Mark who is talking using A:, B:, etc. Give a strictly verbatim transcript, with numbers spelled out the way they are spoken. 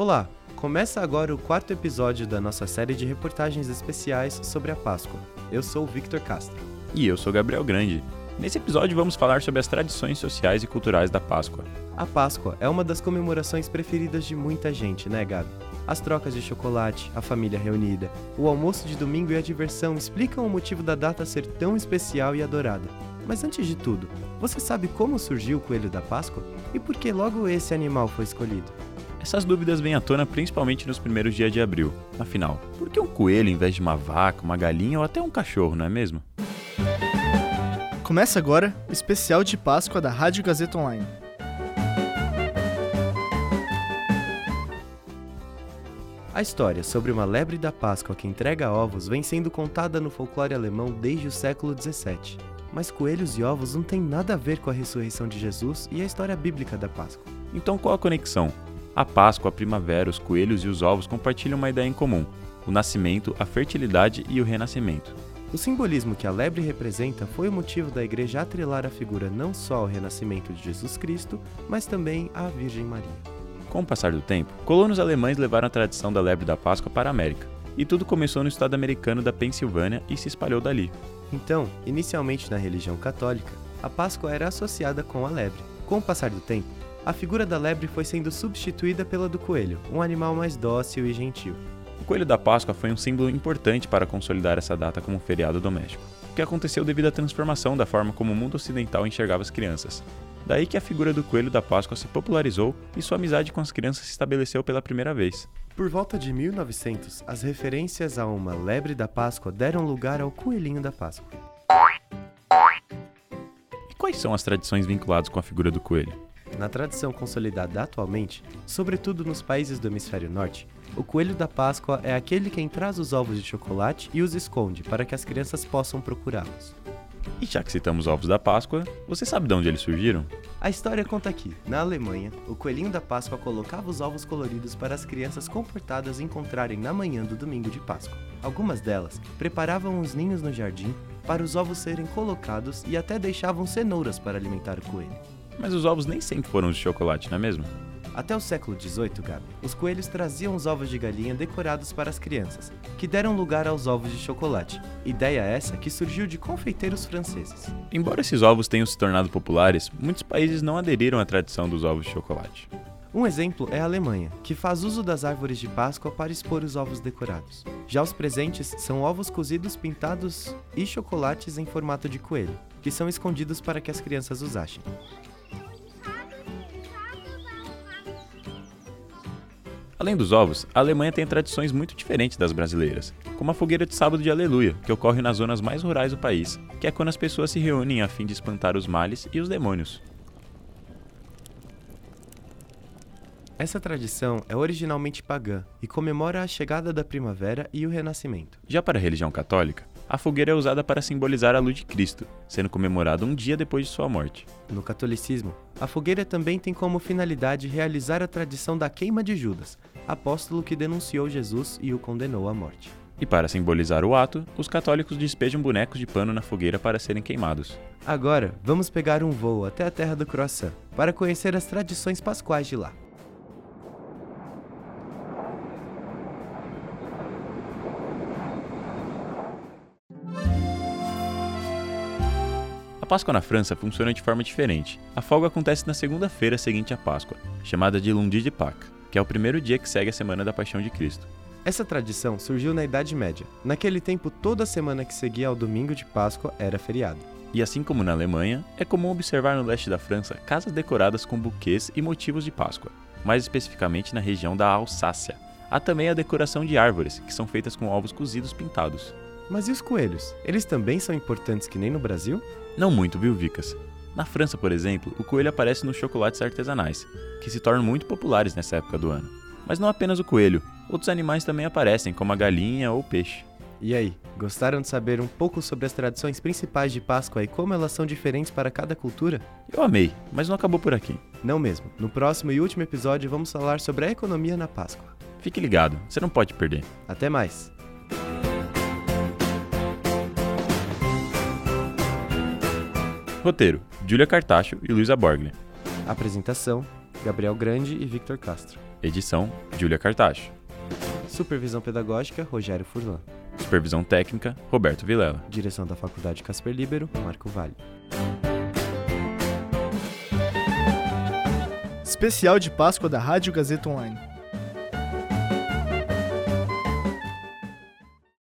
A: Olá! Começa agora o quarto episódio da nossa série de reportagens especiais sobre a Páscoa. Eu sou o Victor Castro.
B: E eu sou Gabriel Grande. Nesse episódio vamos falar sobre as tradições sociais e culturais da Páscoa.
A: A Páscoa é uma das comemorações preferidas de muita gente, né, Gabi? As trocas de chocolate, a família reunida, o almoço de domingo e a diversão explicam o motivo da data ser tão especial e adorada. Mas antes de tudo, você sabe como surgiu o coelho da Páscoa? E por que logo esse animal foi escolhido?
B: Essas dúvidas vêm à tona principalmente nos primeiros dias de abril. Afinal, por que um coelho em vez de uma vaca, uma galinha ou até um cachorro, não é mesmo?
C: Começa agora o especial de Páscoa da Rádio Gazeta Online.
A: A história sobre uma lebre da Páscoa que entrega ovos vem sendo contada no folclore alemão desde o século dezessete. Mas coelhos e ovos não têm nada a ver com a ressurreição de Jesus e a história bíblica da Páscoa.
B: Então qual a conexão? A Páscoa, a primavera, os coelhos e os ovos compartilham uma ideia em comum: o nascimento, a fertilidade e o renascimento.
A: O simbolismo que a lebre representa foi o motivo da igreja atrelar a figura não só ao renascimento de Jesus Cristo, mas também à Virgem Maria.
B: Com o passar do tempo, colonos alemães levaram a tradição da lebre da Páscoa para a América, e tudo começou no estado americano da Pensilvânia e se espalhou dali.
A: Então, inicialmente na religião católica, a Páscoa era associada com a lebre. Com o passar do tempo, a figura da lebre foi sendo substituída pela do coelho, um animal mais dócil e gentil.
B: O coelho da Páscoa foi um símbolo importante para consolidar essa data como um feriado doméstico, o que aconteceu devido à transformação da forma como o mundo ocidental enxergava as crianças. Daí que a figura do coelho da Páscoa se popularizou e sua amizade com as crianças se estabeleceu pela primeira vez.
A: Por volta de mil e novecentos, as referências a uma lebre da Páscoa deram lugar ao coelhinho da Páscoa.
B: E quais são as tradições vinculadas com a figura do coelho?
A: Na tradição consolidada atualmente, sobretudo nos países do hemisfério norte, o coelho da Páscoa é aquele quem traz os ovos de chocolate e os esconde para que as crianças possam procurá-los.
B: E já que citamos ovos da Páscoa, você sabe de onde eles surgiram?
A: A história conta que, na Alemanha, o coelhinho da Páscoa colocava os ovos coloridos para as crianças comportadas encontrarem na manhã do domingo de Páscoa. Algumas delas preparavam os ninhos no jardim para os ovos serem colocados e até deixavam cenouras para alimentar o coelho.
B: Mas os ovos nem sempre foram de chocolate, não é mesmo?
A: Até o século dezoito, Gabi, os coelhos traziam os ovos de galinha decorados para as crianças, que deram lugar aos ovos de chocolate. Ideia essa que surgiu de confeiteiros franceses.
B: Embora esses ovos tenham se tornado populares, muitos países não aderiram à tradição dos ovos de chocolate.
A: Um exemplo é a Alemanha, que faz uso das árvores de Páscoa para expor os ovos decorados. Já os presentes são ovos cozidos pintados e chocolates em formato de coelho, que são escondidos para que as crianças os achem.
B: Além dos ovos, a Alemanha tem tradições muito diferentes das brasileiras, como a fogueira de sábado de Aleluia, que ocorre nas zonas mais rurais do país, que é quando as pessoas se reúnem a fim de espantar os males e os demônios.
A: Essa tradição é originalmente pagã e comemora a chegada da primavera e o renascimento.
B: Já para a religião católica, a fogueira é usada para simbolizar a luz de Cristo, sendo comemorada um dia depois de sua morte.
A: No catolicismo, a fogueira também tem como finalidade realizar a tradição da queima de Judas, apóstolo que denunciou Jesus e o condenou à morte.
B: E para simbolizar o ato, os católicos despejam bonecos de pano na fogueira para serem queimados.
A: Agora, vamos pegar um voo até a terra do croissant, para conhecer as tradições pascuais de lá.
B: A Páscoa na França funciona de forma diferente. A folga acontece na segunda-feira seguinte à Páscoa, chamada de Lundi de Pâques, que é o primeiro dia que segue a Semana da Paixão de Cristo.
A: Essa tradição surgiu na Idade Média. Naquele tempo, toda semana que seguia ao domingo de Páscoa era feriado.
B: E assim como na Alemanha, é comum observar no leste da França casas decoradas com buquês e motivos de Páscoa, mais especificamente na região da Alsácia. Há também a decoração de árvores, que são feitas com ovos cozidos pintados.
A: Mas e os coelhos? Eles também são importantes que nem no Brasil?
B: Não muito, viu, Vicas? Na França, por exemplo, o coelho aparece nos chocolates artesanais, que se tornam muito populares nessa época do ano. Mas não apenas o coelho, outros animais também aparecem, como a galinha ou o peixe.
A: E aí, gostaram de saber um pouco sobre as tradições principais de Páscoa e como elas são diferentes para cada cultura?
B: Eu amei, mas não acabou por aqui.
A: Não mesmo. No próximo e último episódio vamos falar sobre a economia na Páscoa.
B: Fique ligado, você não pode perder.
A: Até mais!
B: Roteiro: Júlia Cartacho e Luísa Borgli.
A: Apresentação: Gabriel Grande e Victor Castro.
B: Edição, Júlia Cartacho.
A: Supervisão pedagógica, Rogério Furlan.
B: Supervisão técnica, Roberto Vilela.
A: Direção da Faculdade Casper Libero, Marco Vale.
C: Especial de Páscoa da Rádio Gazeta Online.